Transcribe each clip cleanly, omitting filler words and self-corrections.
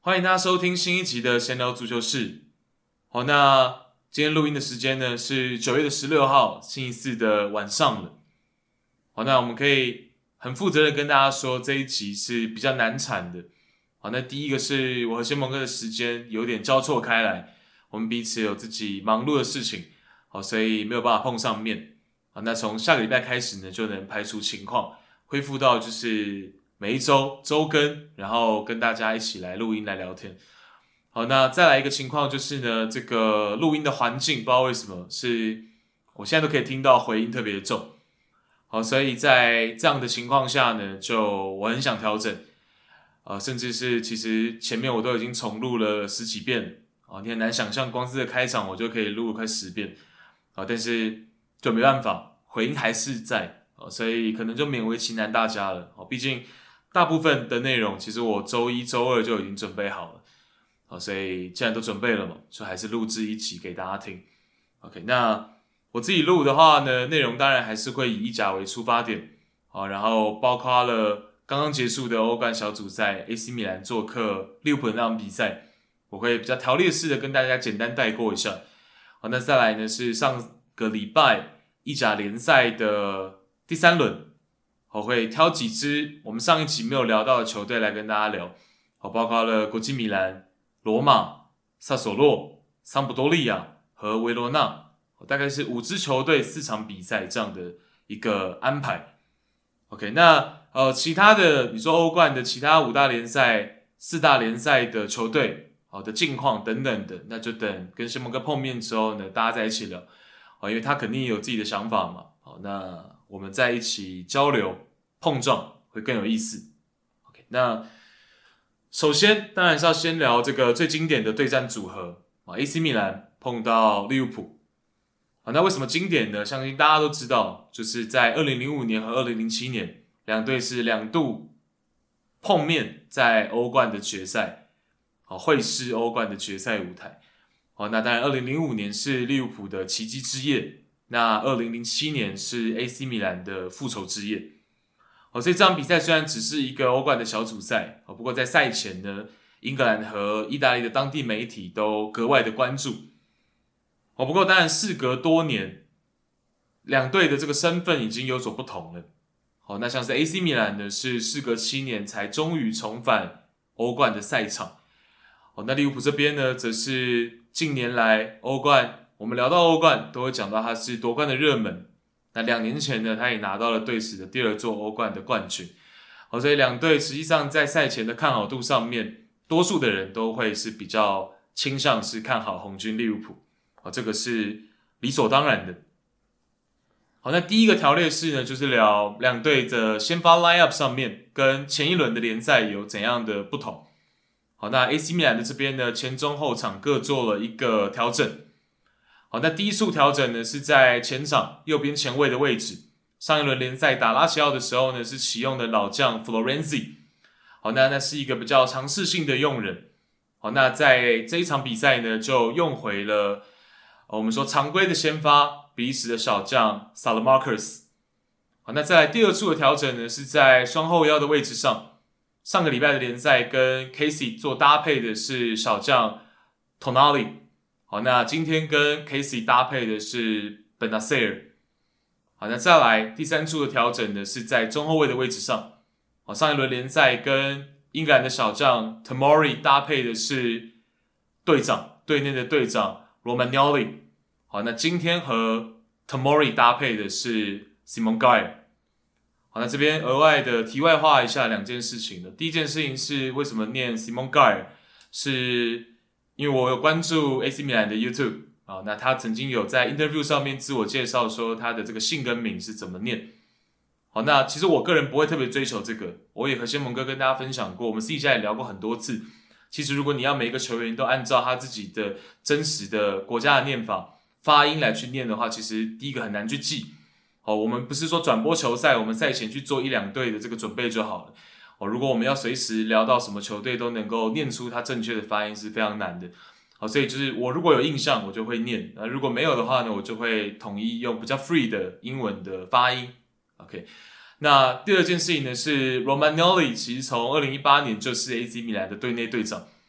欢迎大家收听新一集的闲聊足球室。好，那今天录音的时间呢是9月16号星期四的晚上了。好，那我们可以很负责的跟大家说，这一集是比较难产的。好，那第一个是我和先蒙哥的时间有点交错开来，我们彼此有自己忙碌的事情，好，所以没有办法碰上面。好，那从下个礼拜开始呢，就能排除情况，恢复到就是每一周周更，然后跟大家一起来录音来聊天。好，那再来一个情况就是呢，这个录音的环境不知道为什么是我现在都可以听到回音特别重。好，所以在这样的情况下呢，就我很想调整，甚至是其实前面我都已经重录了10几遍了。哦，你很难想象，光是这个开场我就可以录了快10遍。但是就没办法，回音还是在，所以可能就勉为其难大家了。毕竟大部分的内容其实我周一周二就已经准备好了。所以既然都准备了嘛，就还是录制一集给大家听。OK， 那我自己录的话呢，内容当然还是会以意甲为出发点，然后包括了刚刚结束的欧冠小组赛 AC 米兰做客利物浦的那场比赛，我会比较条列式的跟大家简单带过一下。好，那再来呢是上个礼拜意甲联赛的第3轮，我会挑几支我们上一集没有聊到的球队来跟大家聊，包括了国际米兰、罗马、萨索洛、桑普多利亚和维罗纳，大概是5支球队4场比赛这样的一个安排。OK， 那其他的你说欧冠的其他5大联赛、4大联赛的球队的近况等等的，那就等跟先蒙哥碰面之后呢，大家在一起聊，因为他肯定有自己的想法嘛。好，那我们在一起交流碰撞会更有意思。OK， 那首先当然是要先聊这个最经典的对战组合，AC 米兰碰到利物浦。那为什么经典呢？相信大家都知道，就是在2005年和2007年两队是2度碰面在欧冠的决赛，会师欧冠的决赛舞台。那当然2005年是利物浦的奇迹之夜，那2007年是 AC 米兰的复仇之夜。所以这场比赛虽然只是一个欧冠的小组赛，不过在赛前呢，英格兰和意大利的当地媒体都格外的关注。不过当然事隔多年，两队的这个身份已经有所不同了。那像是 AC 米兰呢，是事隔7年才终于重返欧冠的赛场。那利物浦这边呢，则是近年来欧冠，我们聊到欧冠都会讲到它是夺冠的热门。那2年前呢，他也拿到了队史的第2座欧冠的冠军。所以两队实际上在赛前的看好度上面，多数的人都会是比较倾向是看好红军利物浦。这个是理所当然的。好，那第一个条列式呢，就是聊两队的先发 line-up 上面跟前一轮的联赛有怎样的不同。好，那 AC 米兰的这边呢，前中后场各做了一个调整。好，那第一处调整呢，是在前场右边前卫的位置。上一轮联赛打拉齐奥的时候呢，是启用的老将 Florenzi。好，那是一个比较尝试性的用人。好，那在这一场比赛呢，就用回了我们说常规的先发比利时的小将 Salamakers。好，那再来第2处的调整呢，是在双后腰的位置上。上个礼拜的联赛跟 Casey 做搭配的是小将 Tonali。好，那今天跟 Casey 搭配的是 Benacer。好，那再来第3处的调整呢，是在中后卫的位置上。好，上一轮联赛跟英格兰的小将 Tomori 搭配的是队内的队长 Romagnoli。好，那今天和 Tomori 搭配的是 Simon Guy。好，那这边额外的题外话一下2件事情的。第一件事情是为什么念 Simon Guy， 是因为我有关注 AC 米兰的 YouTube。那他曾经有在 interview 上面自我介绍说他的这个姓跟名是怎么念。好，那其实我个人不会特别追求这个，我也和先蒙哥跟大家分享过，我们私底下也聊过很多次。其实如果你要每一个球员都按照他自己的真实的国家的念法发音来去念的话，其实第一个很难去记。我们不是说转播球赛，我们赛前去做1-2队的这个准备就好了。如果我们要随时聊到什么球队都能够念出它正确的发音是非常难的。所以就是我如果有印象我就会念，如果没有的话呢，我就会统一用比较 free 的英文的发音。OK， 那第2件事情呢是 Romagnoli 其实从2018年就是 AC 米兰的队内队长。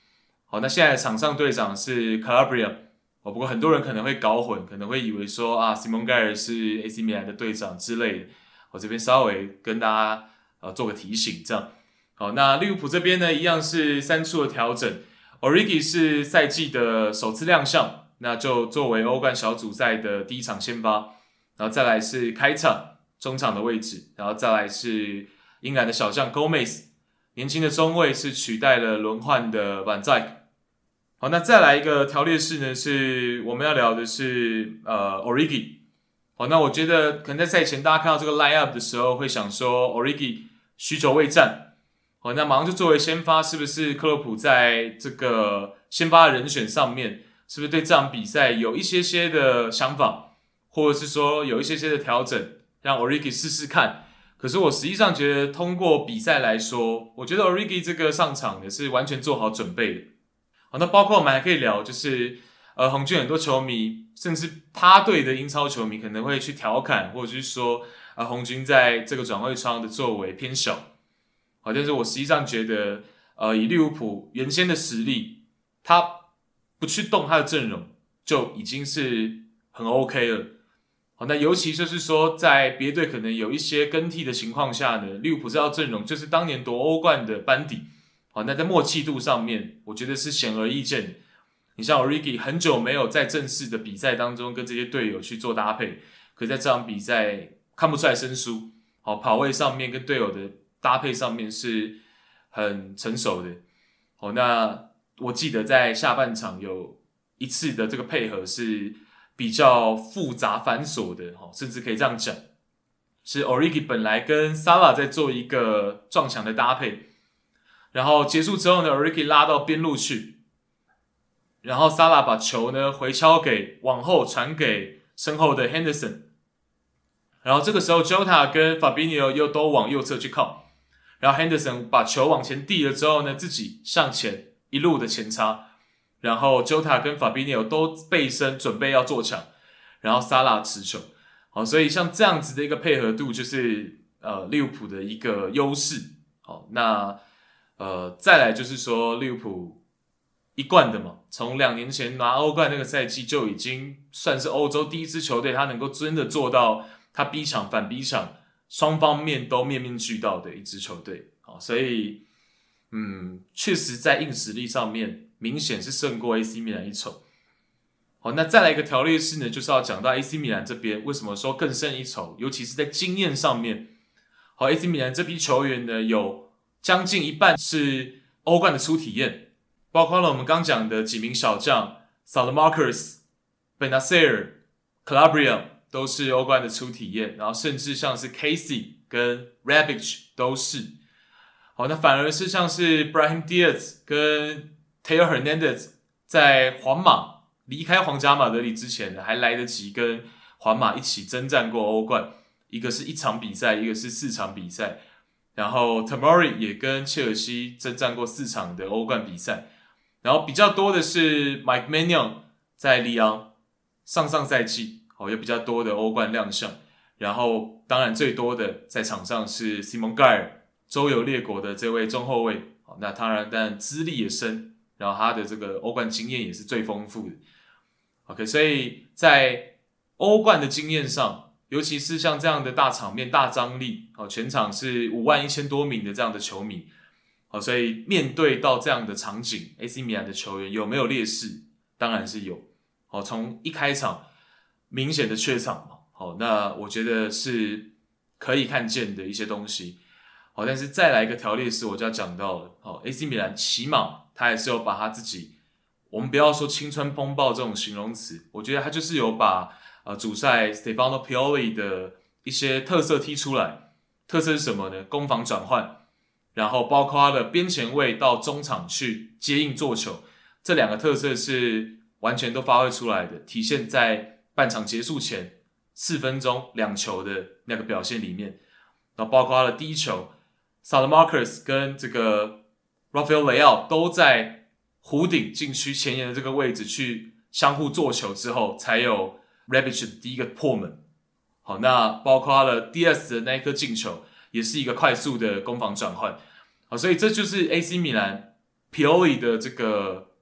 好，那现在的场上队长是 Calabria。不过很多人可能会搞混，可能会以为说Simon Kjaer 是 AC 米兰的队长之类的。我这边稍微跟大家做个提醒，这样。好，那利物浦这边呢，一样是3处的调整。Origi 是赛季的首次亮相，那就作为欧冠小组赛的第一场先发，然后再来是开场中场的位置，然后再来是英格兰的小将 Gomez， 年轻的中卫是取代了轮换的 Van Dijk。好，那再来一个条列式呢，是我们要聊的是Origi。好，那我觉得可能在赛前大家看到这个 line up 的时候，会想说 Origi 许久未战，好，那马上就作为先发，是不是克洛普在这个先发的人选上面，是不是对这场比赛有一些些的想法，或者是说有一些些的调整，让 Origi 试试看？可是我实际上觉得，通过比赛来说，我觉得 Origi 这个上场呢是完全做好准备的。好，那包括我们还可以聊，就是红军很多球迷，甚至他队的英超球迷可能会去调侃，或者是说红军在这个转会窗的作为偏小。好，但是我实际上觉得，以利物浦原先的实力，他不去动他的阵容就已经是很 OK 了。好，那尤其就是说，在别队可能有一些更替的情况下呢，利物浦这套阵容就是当年夺欧冠的班底。好，那在默契度上面，我觉得是显而易见的。你像 Origi 很久没有在正式的比赛当中跟这些队友去做搭配，可在这场比赛看不出来生疏。好，跑位上面跟队友的搭配上面是很成熟的。好，那我记得在下半场有一次的这个配合是比较复杂繁琐的，甚至可以这样讲，是 Origi 本来跟 Salah 在做一个撞墙的搭配。然后结束之后呢 ，Origi 拉到边路去，然后 Salah 把球呢回敲往后传给身后的 Henderson， 然后这个时候 Jota 跟 Fabinho 又都往右侧去靠，然后 Henderson 把球往前递了之后呢，自己向前一路的前插，然后 Jota 跟 Fabinho 都背身准备要做抢，然后 Salah 持球。好，所以像这样子的一个配合度，就是利物浦的一个优势。好，那再来就是说利物浦一贯的嘛，从2年前拿欧冠那个赛季就已经算是欧洲第一支球队，他能够真的做到他逼抢反逼抢双方面都面面俱到的一支球队。好，所以确实在硬实力上面明显是胜过 AC 米兰一筹。好，那再来一个条列式呢，就是要讲到 AC 米兰这边为什么说更胜一筹，尤其是在经验上面。好， AC 米兰这批球员呢，有将近一半是欧冠的初体验，包括了我们刚讲的几名小将 Salamakers、Benacer、Calabria 都是欧冠的初体验，然后甚至像是 Casey 跟 Rebic 都是。好，那反而是像是 Brahim Diaz 跟 Theo Hernandez 在皇马离开皇家马德里之前呢，还来得及跟皇马一起征战过欧冠，一个是1场比赛，一个是4场比赛。然后 Tomori 也跟切尔西征战过4场的欧冠比赛，然后比较多的是 Mike Maignan 在里昂上赛季有比较多的欧冠亮相，然后当然最多的在场上是 Simon Kjaer 周游列国的这位中后卫，那当然资历也深，然后他的这个欧冠经验也是最丰富的。OK， 所以在欧冠的经验上，尤其是像这样的大场面、大张力，全场是51000多名的这样的球迷，所以面对到这样的场景 ，AC 米兰的球员有没有劣势？当然是有。从一开场明显的缺场嘛，那我觉得是可以看见的一些东西。但是再来一个条列式，我就要讲到了。AC 米兰起码他还是有把他自己，我们不要说青春风暴这种形容词，我觉得他就是有把主帅 Stefano Pioli 的一些特色踢出来。特色是什么呢？攻防转换，然后包括他的边前卫到中场去接应做球，这2个特色是完全都发挥出来的，体现在半场结束前4分钟2球的那个表现里面。然后包括他的第一球 Salamakers 跟这个 Rafael Leao 都在弧顶禁区前沿的这个位置去相互做球之后，才有 Rebic 的第一个破门。好，那包括了 Diaz 的那一颗进球，也是一个快速的攻防转换。好，所以这就是 AC 米兰 Pioli 的这个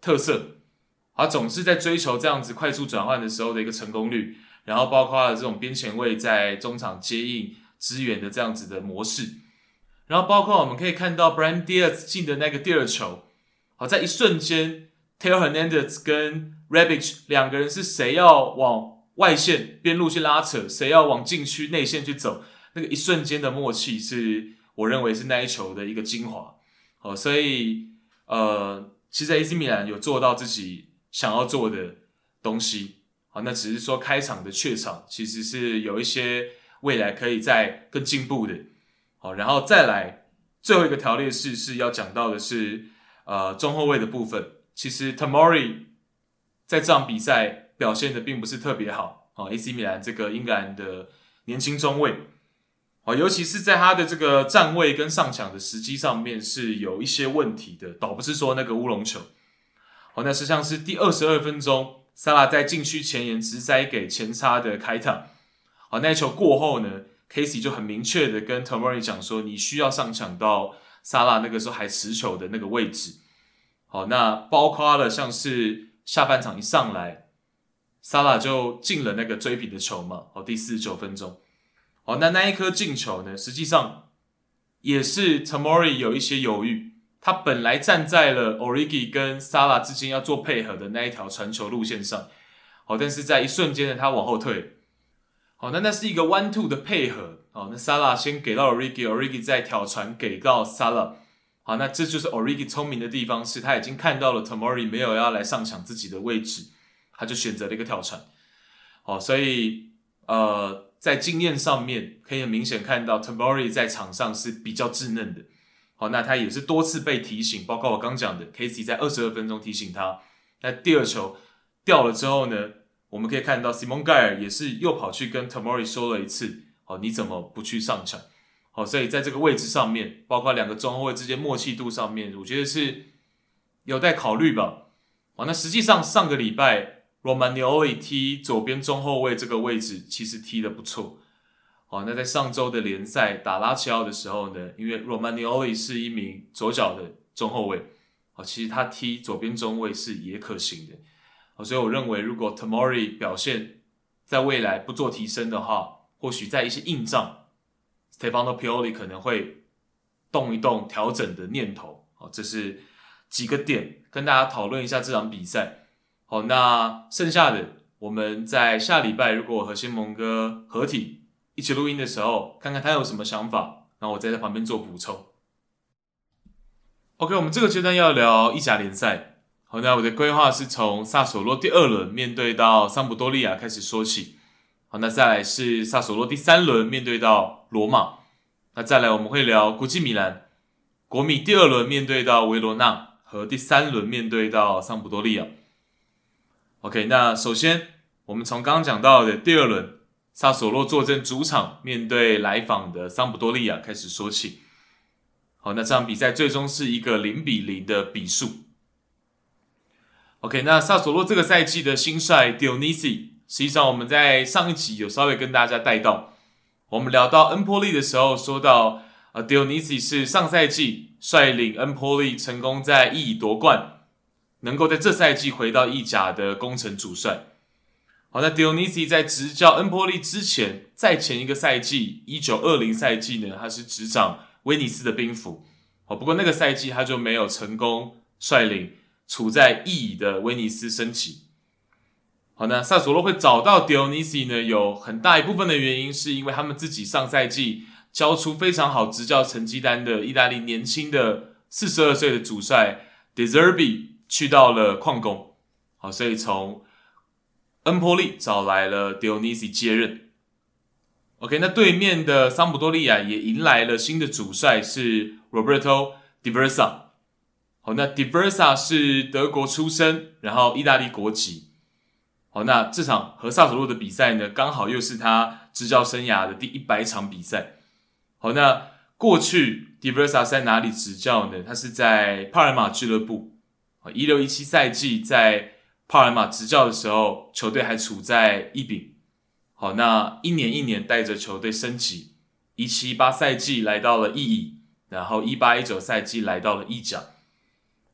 特色，他总是在追求这样子快速转换的时候的一个成功率，然后包括了这种边前卫在中场接应支援的这样子的模式，然后包括我们可以看到 Brahim Diaz 进的那个第二球，好，在一瞬间 Theo Hernandez 跟 Rebic 两个人是谁要往外线边路去拉扯，谁要往禁区内线去走，那个一瞬间的默契是我认为是那一球的一个精华。所以其实 AC 米兰有做到自己想要做的东西，好，那只是说开场的怯场其实是有一些未来可以再更进步的。好，然后再来最后一个条列式是要讲到的是中后卫的部分。其实 Tomori 在这场比赛表现的并不是特别好，AC 米兰这个英格兰的年轻中卫，尤其是在他的这个站位跟上抢的时机上面是有一些问题的，倒不是说那个乌龙球。那实际上是第22分钟，萨拉在禁区前沿直塞给前插的开塔。那一球过后呢 ，Casey 就很明确的跟 Tomori 讲说，你需要上抢到萨拉那个时候还持球的那个位置。好，那包括了像是下半场一上来，萨拉就进了那个追平的球嘛，第49分钟。好，那一颗进球呢，实际上也是 Tomori 有一些犹豫，他本来站在了 Origi 跟 Salah 之间要做配合的那一条传球路线上，好，但是在一瞬间呢，他往后退。好，那是一个 1-2 的配合，好，那 Salah 先给到 Origi 再挑传给到 Salah。好，那这就是 Origi 聪明的地方，是他已经看到了 Tomori 没有要来上抢自己的位置，他就选择了一个跳传。好，所以在经验上面可以很明显看到 Tomori 在场上是比较稚嫩的。好，那他也是多次被提醒，包括我刚讲的 Casey 在22分钟提醒他。那第二球掉了之后呢，我们可以看到 Simon Geyer 也是又跑去跟 Tomori 说了一次，你怎么不去上抢？好，所以在这个位置上面，包括两个中后卫之间默契度上面，我觉得是有待考虑吧。那实际上上个礼拜 Romagnoli 踢左边中后卫这个位置其实踢得不错。那在上周的联赛打拉齐奥的时候呢，因为 Romagnoli 是一名左脚的中后卫，其实他踢左边中卫是也可行的。所以我认为如果 Tomori 表现在未来不做提升的话，或许在一些硬仗 Stefano Pioli 可能会动一动调整的念头。这是几个点跟大家讨论一下这场比赛。好，那剩下的我们在下礼拜如果和先蒙哥合体一起录音的时候，看看他有什么想法，然后我再在旁边做补充。OK， 我们这个阶段要聊意甲联赛。好，那我的规划是从萨索洛第2轮面对到桑普多利亚开始说起。好，那再来是萨索洛第3轮面对到罗马。那再来我们会聊国际米兰，国米第2轮面对到维罗纳，和第3轮面对到桑普多利亚。OK， 那首先我们从刚刚讲到的第2轮，萨索洛坐镇主场面对来访的桑普多利亚开始说起。好，那这场比赛最终是一个0-0的比数。OK， 那萨索洛这个赛季的新帅 Dionisi， 实际上我们在上一集有稍微跟大家带到，我们聊到恩波利的时候说到Dionisi 是上赛季率领恩波利成功在意乙夺冠，能够在这赛季回到意甲的功臣主帅。好，那 Dionisi 在执教恩波利之前，在前一个赛季1920赛季呢，他是执掌威尼斯的兵符。不过那个赛季他就没有成功率领处在意乙的威尼斯升级。好，那萨索洛会找到 Dionisi 呢，有很大一部分的原因是因为他们自己上赛季交出非常好执教成绩单的意大利年轻的42岁的主帅 De Zerbi 去到了矿工。好，所以从恩波利找来了 Dionisi 接任。OK， 那对面的桑普多利亚也迎来了新的主帅，是 Roberto Di Versa。好，那 Di Versa 是德国出生，然后意大利国籍。好，那这场和萨索洛的比赛呢，刚好又是他执教生涯的第100场比赛。好，那过去 Di Versa 在哪里执教呢？他是在帕尔马俱乐部。16-17赛季在帕尔马执教的时候，球队还处在一丙。好，那一年一年带着球队升级，17-18赛季来到了意乙，然后18-19赛季来到了意甲。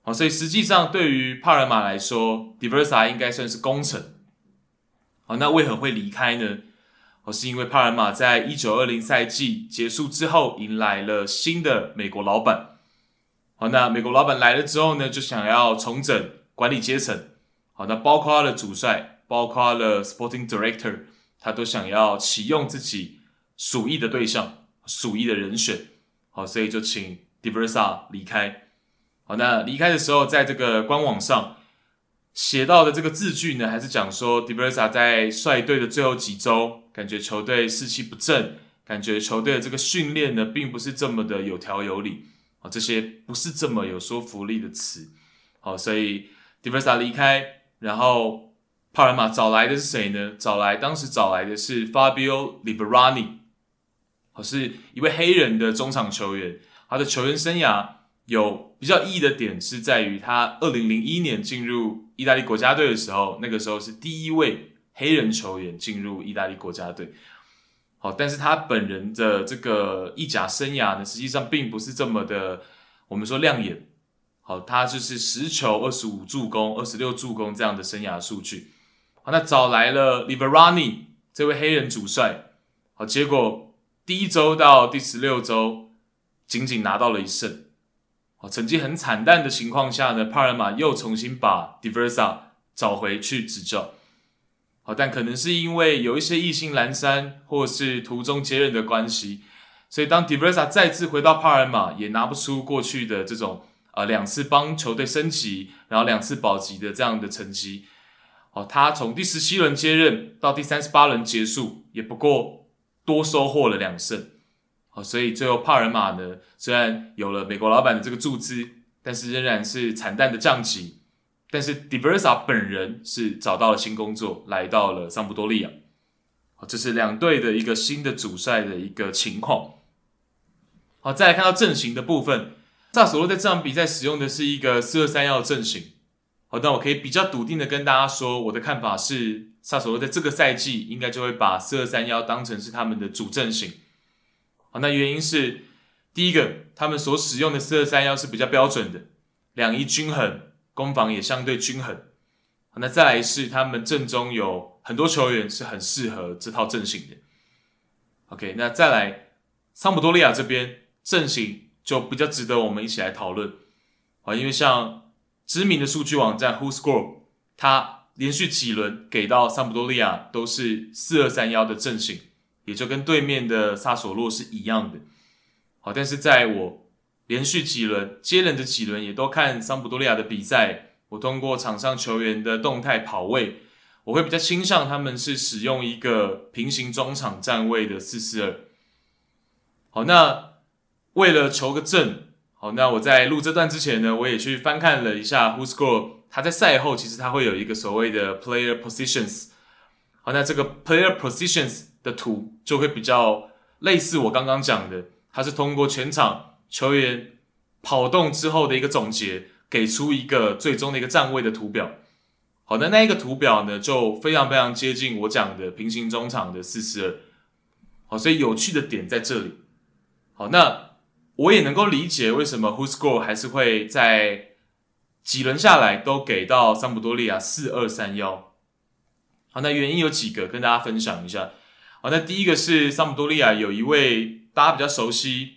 好，所以实际上对于帕尔马来说 ，Diversa 应该算是功臣。好，那为何会离开呢？是因为帕尔马在1920赛季结束之后，迎来了新的美国老板。好，那美国老板来了之后呢，就想要重整管理阶层。好，那包括了主帅，包括了 Sporting Director， 他都想要启用自己属意的对象，属意的人选。好，所以就请 Diversa 离开。好，那离开的时候，在这个官网上写到的这个字句呢，还是讲说 Diversa 在率队的最后几周，感觉球队士气不振，感觉球队的这个训练呢，并不是这么的有条有理。好，这些不是这么有说服力的词。好，所以 Diversa 离开，然后帕尔马找来的是谁呢？当时找来的是 Fabio Liberani， 是一位黑人的中场球员。他的球员生涯有比较意义的点是在于他2001年进入意大利国家队的时候，那个时候是第一位黑人球员进入意大利国家队。好，但是他本人的这个意甲生涯呢，实际上并不是这么的，我们说亮眼。好，他就是10球25助攻26助攻这样的生涯数据。好，那找来了 Liberani 这位黑人主帅。好，结果第1周到第16周仅仅拿到了1胜。好，成绩很惨淡的情况下呢，帕尔马又重新把 Diversa 找回去执教。好，但可能是因为有一些意兴阑珊，或是途中接任的关系，所以当 Diversa 再次回到帕尔马，也拿不出过去的这种2次帮球队升级，然后2次保级的这样的成绩。好，他从第17轮接任到第38轮结束，也不过多收获了2胜。好，所以最后帕尔马呢，虽然有了美国老板的这个注资，但是仍然是惨淡的降级。但是 Diversa 本人是找到了新工作，来到了桑普多利亚。好，这是两队的一个新的主帅的一个情况。好，再来看到阵型的部分，萨索洛在这场比赛使用的是一个4-2-3-1的阵型。好，但我可以比较笃定的跟大家说，我的看法是，萨索洛在这个赛季应该就会把4-2-3-1当成是他们的主阵型。好，那原因是第一个，他们所使用的4-2-3-1是比较标准的，2-1均衡，攻防也相对均衡。好，那再来是他们阵中有很多球员是很适合这套阵型的。OK， 那再来桑普多利亚这边阵型就比较值得我们一起来讨论。好，因为像知名的数据网站 WhoScored， 它连续几轮给到桑普多利亚都是4-2-3-1的阵型，也就跟对面的萨索洛是一样的。好，但是在我连续几轮接连的几轮也都看桑普多利亚的比赛，我通过场上球员的动态跑位，我会比较倾向他们是使用一个平行中场站位的4-4-2。好，那为了求个正，好，那我在录这段之前呢，我也去翻看了一下 WhoScored， 他在赛后其实他会有一个所谓的 player positions。好，那这个 player positions 的图就会比较类似我刚刚讲的，它是通过全场球员跑动之后的一个总结，给出一个最终的一个站位的图表。好，那一个图表呢，就非常非常接近我讲的平行中场的4-4-2。好，所以有趣的点在这里。好，那我也能够理解为什么 WhoScored 还是会在几轮下来都给到桑普多利亚4-2-3-1。好，那原因有几个跟大家分享一下。好，那第一个是桑普多利亚有一位大家比较熟悉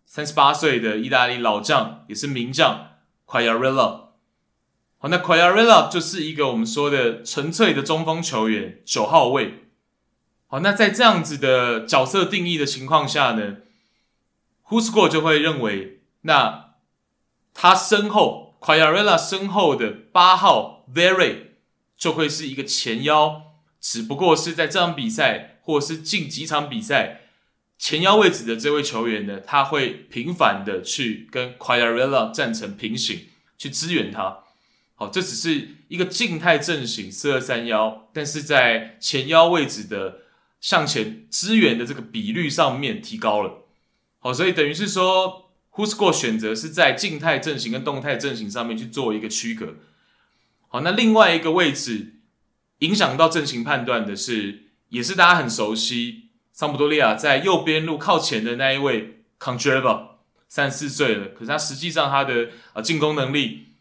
38岁的意大利老将，也是名将 Quagliarella。 好，那 Quagliarella 就是一个我们说的纯粹的中锋球员，9号位。好，那在这样子的角色定义的情况下呢， WhoScored 就会认为，那他身后 Quagliarella 身后的8号 Very 就会是一个前腰，只不过是在这场比赛或者是近几场比赛前腰位置的这位球员呢，他会频繁的去跟 Quagliarella 站成平行，去支援他。好，这只是一个静态阵型4-2-3-1，但是在前腰位置的向前支援的这个比率上面提高了。好，所以等于是说 WhoScored 选择是在静态阵型跟动态阵型上面去做一个区隔。好，那另外一个位置影响到阵型判断的是，也是大家很熟悉，桑普多利亚在右边路靠前的那一位 Candreva， 34岁了，可是他实际上他的进攻能力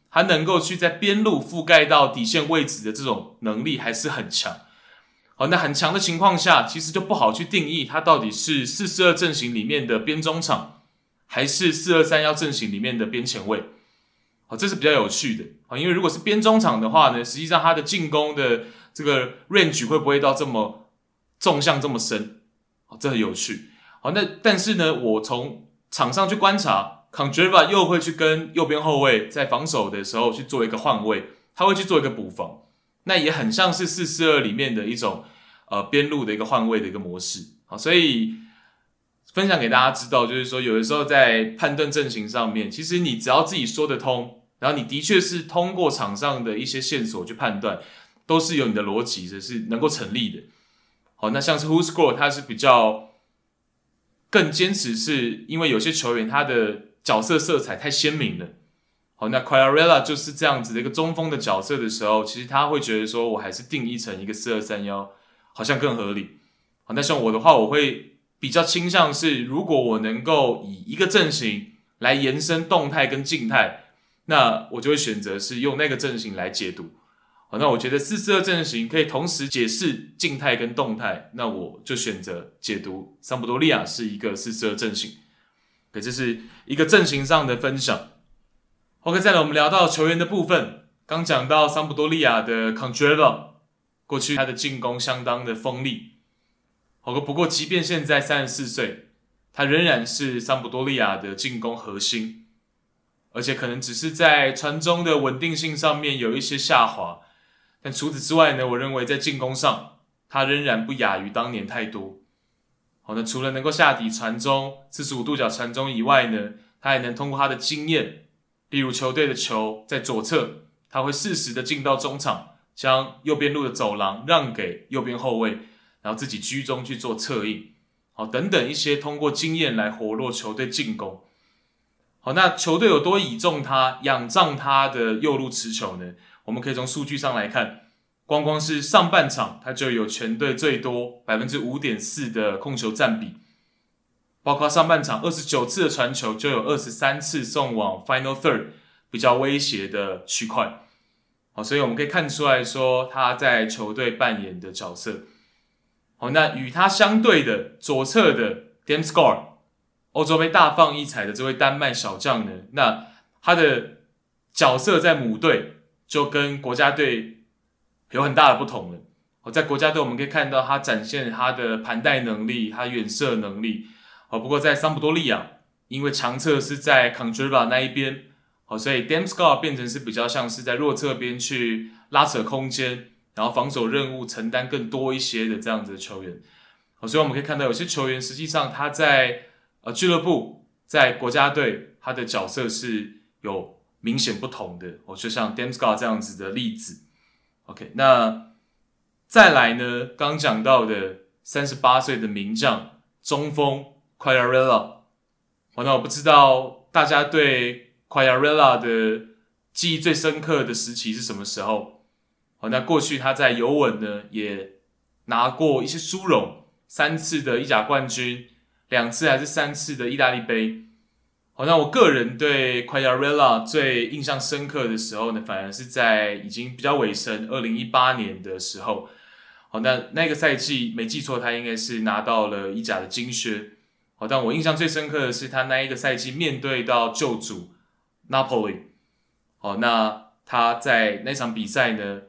他能够去在边路覆盖到底线位置的这种能力还是很强。好，那很强的情况下，其实就不好去定义他到底是4-4-2阵型里面的边中场，还是4-2-3-1阵型里面的边前卫。好，这是比较有趣的。好，因为如果是边中场的话呢，实际上他的进攻的这个 range 会不会到这么纵向这么深？好，这很有趣。好，那但是呢，我从场上去观察 ，Candreva 又会去跟右边后卫在防守的时候去做一个换位，他会去做一个补防，那也很像是4-4-2里面的一种边路的一个换位的一个模式。好，所以分享给大家知道，就是说有的时候在判断阵型上面，其实你只要自己说得通，然后你的确是通过场上的一些线索去判断，都是有你的逻辑的，是能够成立的。好，那像是 Who Score 他是比较更坚持，是因为有些球员他的角色色彩太鲜明了。好，那 Quagliarella 就是这样子的一个中锋的角色的时候，其实他会觉得说我还是定义成一个4-2-3-1好像更合理。好，那像我的话，我会比较倾向是，如果我能够以一个阵型来延伸动态跟静态，那我就会选择是用那个阵型来解读。好，那我觉得4-4-2阵型可以同时解释静态跟动态，那我就选择解读桑普多利亚是一个4-4-2阵型。对，这是一个阵型上的分享。OK， 再来我们聊到球员的部分，刚讲到桑普多利亚的 Candreva， 过去他的进攻相当的锋利。好，不过即便现在34岁，他仍然是桑普多利亚的进攻核心，而且可能只是在传中的稳定性上面有一些下滑。但除此之外呢，我认为在进攻上，他仍然不亚于当年太多。好，那除了能够下底传中45度角传中以外呢，他还能通过他的经验，例如球队的球在左侧，他会适时的进到中场，将右边路的走廊让给右边后卫，然后自己居中去做策应。好，等等一些通过经验来活络球队进攻。好，那球队有多倚重他、仰仗他的右路持球呢？我们可以从数据上来看，光是上半场，他就有全队最多 5.4% 的控球占比，包括上半场29次的传球，就有23次送往 Final Third 比较威胁的区块。好，所以我们可以看出来说他在球队扮演的角色。好，那与他相对的左侧的 Damsgaard， 欧洲杯大放异彩的这位丹麦小将呢，那他的角色在母队就跟国家队有很大的不同了。在国家队我们可以看到他展现他的盘带能力，他远射能力。不过在桑普多利亚，因为长侧是在 Candreva 那一边，所以 Damsgaard 变成是比较像是在弱侧边去拉扯空间，然后防守任务承担更多一些的这样子的球员。所以我们可以看到有些球员实际上他在俱乐部，在国家队他的角色是有明显不同的，就像 Damsgaard 这样子的例子。OK， 那再来呢，刚讲到的38岁的名将中锋 Quagliarella， 那我不知道大家对 Quagliarella 的记忆最深刻的时期是什么时候？那过去他在尤文呢也拿过一些殊荣，3次的意甲冠军，2次还是3次的意大利杯。好，那我个人对 Quagliarella 最印象深刻的时候呢，反而是在已经比较尾声2018年的时候。好，那个赛季没记错，他应该是拿到了意甲的金靴。好，但我印象最深刻的是他那一个赛季面对到旧主 Napoli。好，那他在那场比赛呢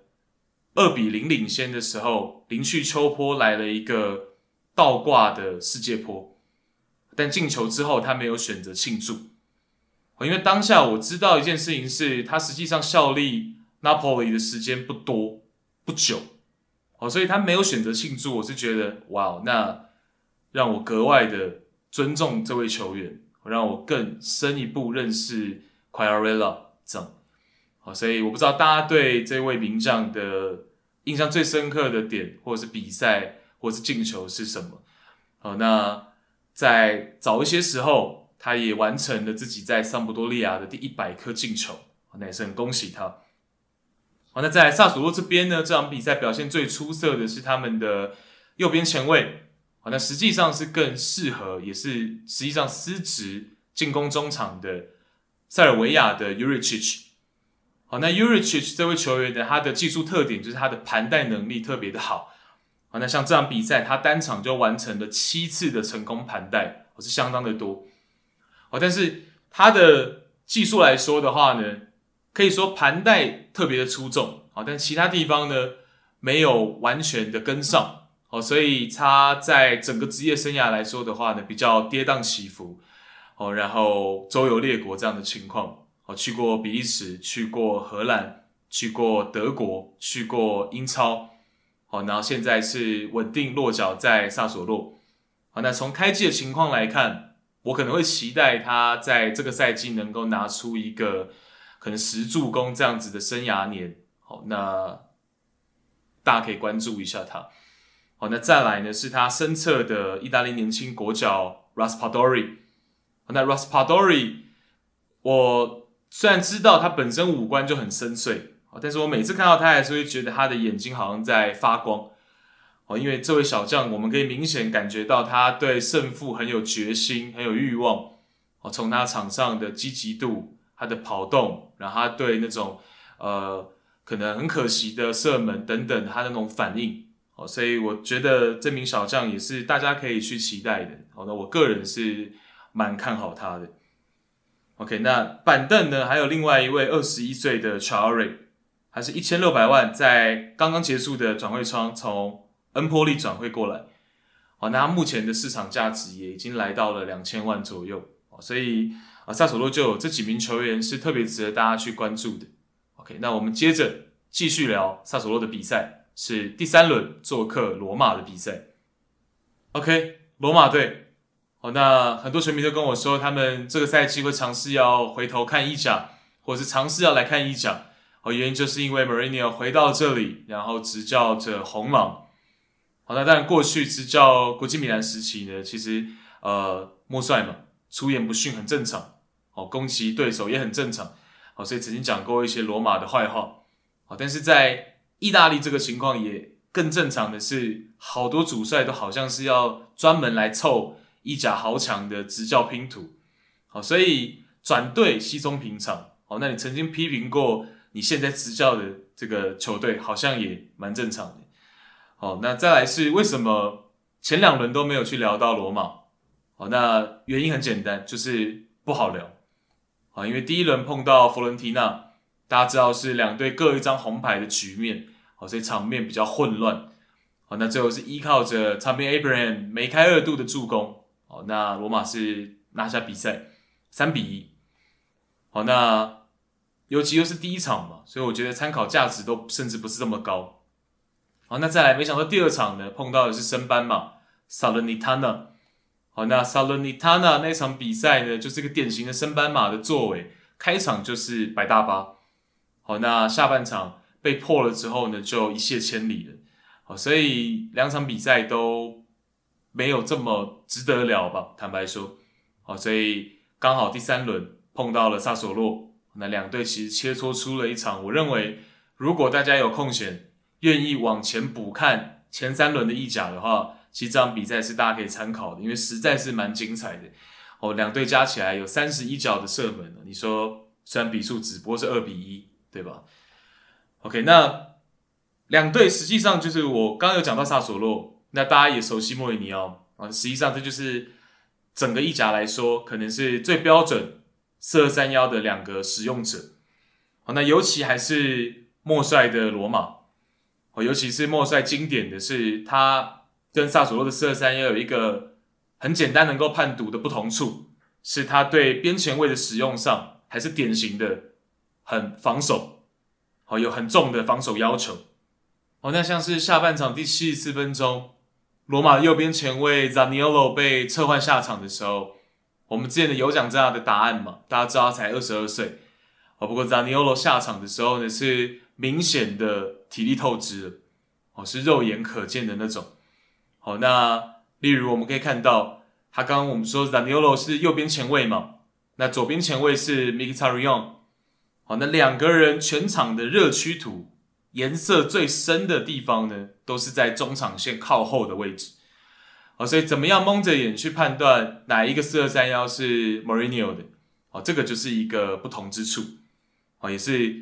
2-0领先的时候，临去秋波来了一个倒挂的世界波，但进球之后他没有选择庆祝。因为当下我知道一件事情是，他实际上效力 Napoli 的时间不多不久，所以他没有选择庆祝。我是觉得哇，那让我格外的尊重这位球员，让我更深一步认识 Quagliarella 这样。好，所以我不知道大家对这位名将的印象最深刻的点，或者是比赛，或者是进球是什么？好，那在早一些时候，他也完成了自己在桑普多利亚的第100颗进球，那也是很恭喜他。好，那在萨索洛这边呢，这场比赛表现最出色的是他们的右边前卫，那实际上是更适合，也是实际上司职进攻中场的塞尔维亚的 Juricic。 好，那 Juricic 这位球员呢，他的技术特点就是他的盘带能力特别的好。好，那像这场比赛，他单场就完成了7次的成功盘带，是相当的多。好，但是他的技术来说的话呢，可以说盘带特别的出众。好，但其他地方呢没有完全的跟上。好，所以他在整个职业生涯来说的话呢，比较跌宕起伏。好，然后周游列国这样的情况。好，去过比利时，去过荷兰，去过德国，去过英超。好，然后现在是稳定落脚在萨索洛。好，那从开季的情况来看，我可能会期待他在这个赛季能够拿出一个可能10助攻这样子的生涯年。好，那大家可以关注一下他。好，那再来呢是他身侧的意大利年轻国脚 Raspadori。好，那 Raspadori 我虽然知道他本身五官就很深邃，但是我每次看到他还是会觉得他的眼睛好像在发光。因为这位小将我们可以明显感觉到他对胜负很有决心，很有欲望。从他场上的积极度，他的跑动，然后他对那种可能很可惜的射门等等他的那种反应。所以我觉得这名小将也是大家可以去期待的。那我个人是蛮看好他的。OK， 那板凳呢还有另外一位21岁的 Traore， 还是1600万在刚刚结束的转会窗从恩波利转会过来。好，那他目前的市场价值也已经来到了2000万左右。所以萨索洛就有这几名球员是特别值得大家去关注的。OK， 那我们接着继续聊萨索洛的比赛，是第3轮做客罗马的比赛。OK， 罗马队。那很多球迷都跟我说，他们这个赛季会尝试要回头看意甲，或者是尝试要来看意甲。原因就是因为 Mourinho 回到这里，然后执教着红狼。好，那当然过去执教国际米兰时期呢，其实莫帅嘛，出言不逊很正常。攻击对手也很正常。所以曾经讲过一些罗马的坏话。但是在意大利这个情况也更正常的是，好多主帅都好像是要专门来凑意甲豪强的执教拼图。好，所以转队稀松平常。好，那你曾经批评过你现在执教的这个球队，好像也蛮正常的。好，那再来是为什么前2轮都没有去聊到罗马？好，那原因很简单，就是不好聊。好，因为第1轮碰到佛伦提纳，大家知道是2队各一张红牌的局面。好，所以场面比较混乱。好，那最后是依靠着Tammy Abraham 梅开2度的助攻。好，那罗马是拿下比赛3-1。好，那尤其又是第1场嘛，所以我觉得参考价值都甚至不是这么高。好，那再来，没想到第2场呢，碰到的是升班马 Salernitana。好，那 Salernitana 那场比赛呢，就是一个典型的升班马的作为，开场就是摆大巴。好，那下半场被破了之后呢，就一泻千里了。好，所以2场比赛都没有这么值得聊吧，坦白说。好，所以刚好第3轮碰到了萨索洛，那2队其实切磋出了一场，我认为如果大家有空闲，愿意往前补看前3轮的意甲的话，其实这场比赛是大家可以参考的，因为实在是蛮精彩的。2队加起来有31脚的射门，你说虽然比数只不过是2-1，对吧 ？OK， 那2队实际上就是我刚刚有讲到萨索洛，那大家也熟悉莫里尼奥实际上这就是整个意甲来说，可能是最标准4-2-3-1的2个使用者。那尤其还是莫帅的罗马。尤其是莫帅经典的是，他跟萨索洛的4-2-3-1有一个很简单能够判读的不同处，是他对边前卫的使用上还是典型的很防守，有很重的防守要求。那像是下半场第74分钟，罗马的右边前卫 Zaniolo 被撤换下场的时候，我们之前的有讲这样的答案嘛，大家知道他才22岁。不过 Zaniolo 下场的时候呢，是明显的体力透支了，是肉眼可见的那种。好，那例如我们可以看到，他刚刚我们说 Zaniolo 是右边前卫嘛，那左边前卫是 Mkhitaryan。好，那2个人全场的热区图颜色最深的地方呢，都是在中场线靠后的位置。好，所以怎么样蒙着眼去判断哪一个4-2-3-1是 Mourinho 的？这个就是一个不同之处。也是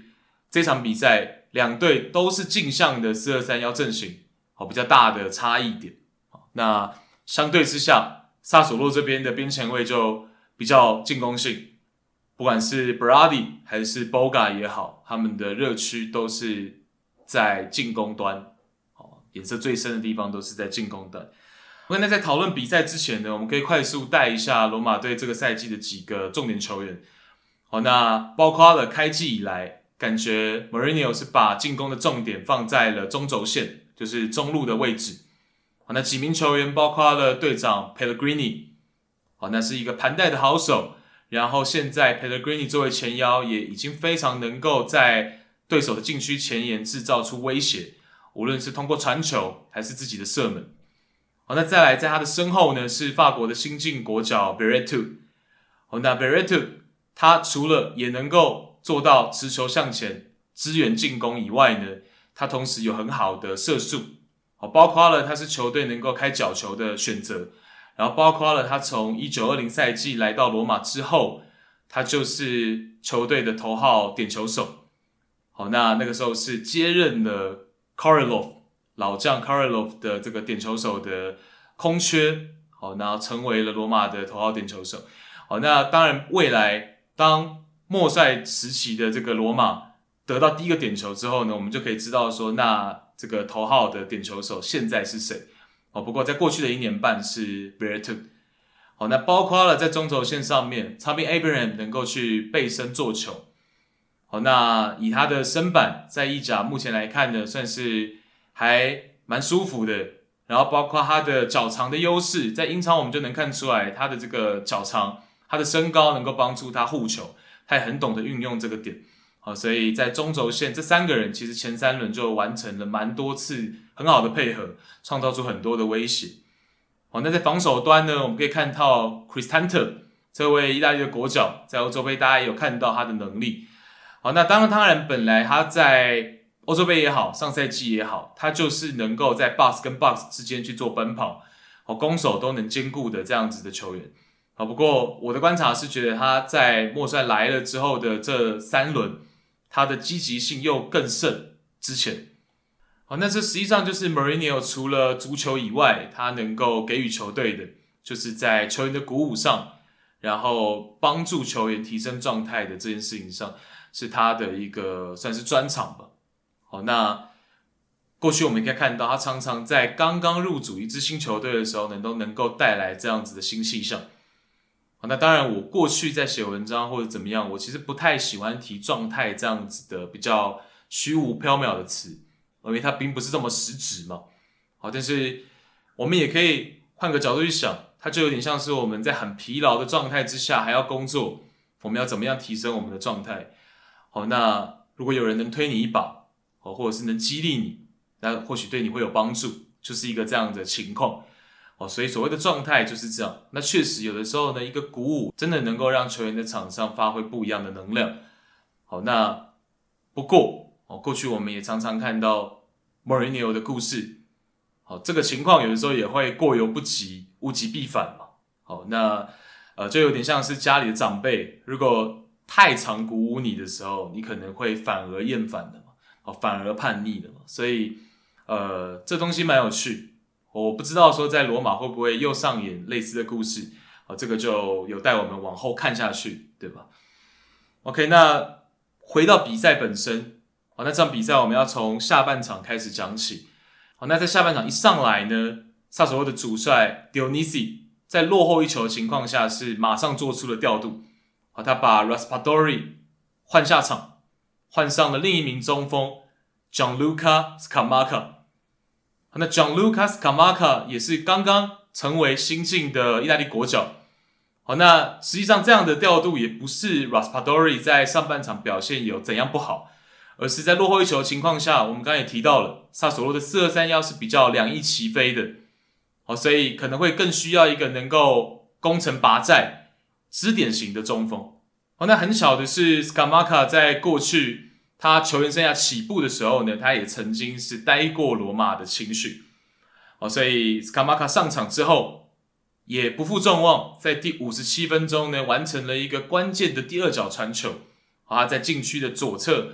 这场比赛两队都是镜像的4-2-3-1阵型，比较大的差异点。那相对之下，萨索洛这边的边前卫就比较进攻性，不管是 Brady 还是 Boga 也好，他们的热区都是在进攻端，颜色最深的地方都是在进攻端。那在讨论比赛之前呢，我们可以快速带一下罗马队这个赛季的几个重点球员。那包括了开季以来，感觉 Mourinho 是把进攻的重点放在了中轴线，就是中路的位置。那几名球员包括了队长 Pellegrini， 那是一个盘带的好手，然后现在 Pellegrini 作为前腰也已经非常能够在对手的禁区前沿制造出威胁，无论是通过传球还是自己的射门。那再来在他的身后呢是法国的新晋国脚 Veretout。那 Veretout 他除了也能够做到持球向前支援进攻以外呢，他同时有很好的射术，包括了他是球队能够开角球的选择，然后包括了他从1920赛季来到罗马之后，他就是球队的头号点球手。那个时候是接任了 Kolarov 老将 Kolarov 的这个点球手的空缺，那成为了罗马的头号点球手。那当然未来当末赛时期的这个罗马得到第一个点球之后呢，我们就可以知道说那这个头号的点球手现在是谁。不过在过去的1年半是 Veretout。那包括了在中轴线上面 Tammy Abraham 能够去背身做球。那以他的身板在意甲目前来看呢，算是还蛮舒服的，然后包括他的脚长的优势，在英超我们就能看出来他的这个脚长，他的身高能够帮助他护球，他也很懂得运用这个点。所以在中轴线这3个人其实前3轮就完成了蛮多次很好的配合，创造出很多的威胁。那在防守端呢，我们可以看到 Cristante 这位意大利的国脚，在欧洲杯大家也有看到他的能力。那当然本来他在欧洲杯也好，上赛季也好，他就是能够在 box 跟 box 之间去做奔跑，攻守都能兼顾的这样子的球员。不过我的观察是觉得他在末赛来了之后的这3轮，他的积极性又更胜之前。那这实际上就是 Mourinho 除了足球以外，他能够给予球队的，就是在球员的鼓舞上，然后帮助球员提升状态的这件事情上，是他的一个算是专长吧。那过去我们可以看到，他常常在刚刚入主一支新球队的时候呢，都能够带来这样子的新气象。那当然我过去在写文章或者怎么样，我其实不太喜欢提状态这样子的比较虚无缥缈的词，因为它并不是这么实质嘛。但是我们也可以换个角度去想，它就有点像是我们在很疲劳的状态之下还要工作，我们要怎么样提升我们的状态。那如果有人能推你一把，或者是能激励你，那或许对你会有帮助，就是一个这样的情况。所以所谓的状态就是这样。那确实有的时候呢，一个鼓舞真的能够让球员在场上发挥不一样的能量。那不过过去我们也常常看到 Mourinho 的故事，这个情况有的时候也会过犹不及，物极必反嘛。那就有点像是家里的长辈，如果太常鼓舞你的时候，你可能会反而厌烦的嘛，反而叛逆的嘛。所以这东西蛮有趣。我不知道说在罗马会不会又上演类似的故事，这个就有带我们往后看下去，对吧 ？OK， 那回到比赛本身，那这场比赛我们要从下半场开始讲起。那在下半场一上来呢，萨索洛的主帅 Dionisi 在落后1球的情况下是马上做出了调度，他把 Raspadori 换下场，换上了另一名中锋 Gianluca Scamacca。那 Gianluca Scamacca 也是刚刚成为新晋的意大利国脚。那实际上这样的调度也不是 Raspadori 在上半场表现有怎样不好，而是在落后1球的情况下，我们刚才也提到了，萨索洛的4-2-3-1是比较两翼齐飞的，所以可能会更需要一个能够攻城拔寨、支点型的中锋。那很巧的是 Scamacca 在过去他球员生涯起步的时候呢，他也曾经是待过罗马的青训，所以 Scamacca 上场之后也不负众望，在第57分钟呢完成了一个关键的第2脚传球，他在禁区的左侧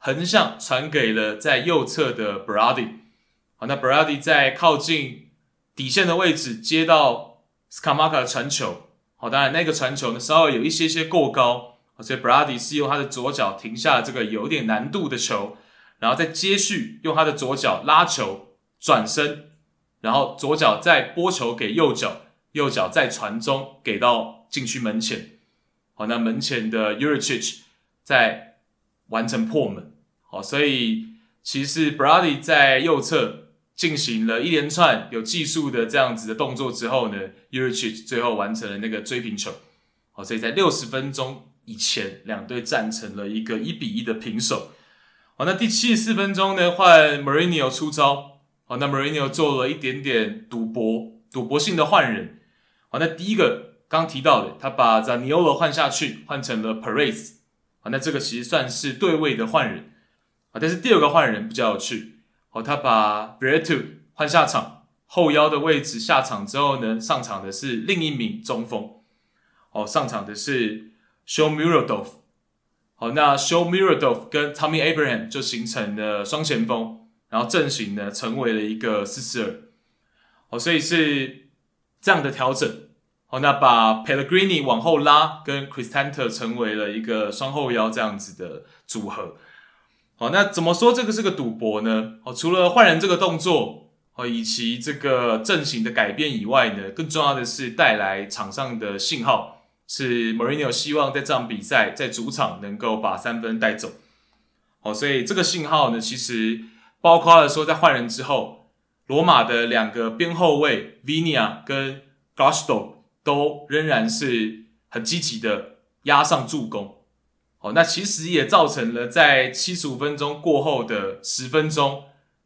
横向传给了在右侧的 Berardi。好，那 Berardi 在靠近底线的位置接到 Scamacca 的传球。好，当然那个传球呢稍微有一些过高，所以 Berardi 是用他的左脚停下了这个有点难度的球，然后再接续用他的左脚拉球转身，然后左脚再拨球给右脚，右脚再传中给到禁区门前。好，那门前的 Juricic 再完成破门。好，所以其实 Berardi 在右侧进行了一连串有技术的这样子的动作之后呢 Juricic 最后完成了那个追平球。好，所以在60分钟以前两队战成了一个1-1的平手。好，那第74分钟呢换 Mourinho 出招。好，那 Mourinho 做了一点点赌博性的换人。好，那第一个刚提到的，他把 Zaniolo 换下去，换成了 Perez。好，那这个其实算是对位的换人。好，但是第二个换人比较有趣。好，他把 Veretout 换下场，后腰的位置下场之后呢，上场的是另一名中锋。好，上场的是 Joe Muradov。好，那 Joe Muradov 跟 Tommy Abraham 就形成了双前锋，然后阵型呢成为了一个4-4-2。好，所以是这样的调整。好，那把 Pellegrini 往后拉，跟 Cristante 成为了一个双后腰这样子的组合。好，那怎么说这个是个赌博呢？好，除了换人这个动作，以及这个阵型的改变以外呢，更重要的是带来场上的信号，是 Mourinho 希望在这场比赛在主场能够把3分带走。好，所以这个信号呢，其实包括了说在换人之后，罗马的2个边后卫 Viña 跟 Gusto 都仍然是很积极的压上助攻。好，那其实也造成了在75分钟过后的10分钟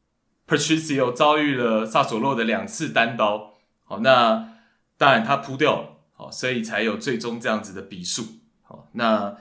Patricio 遭遇了萨索洛的2次单刀。好，那当然他扑掉了。好，所以才有最终这样子的比数。好，那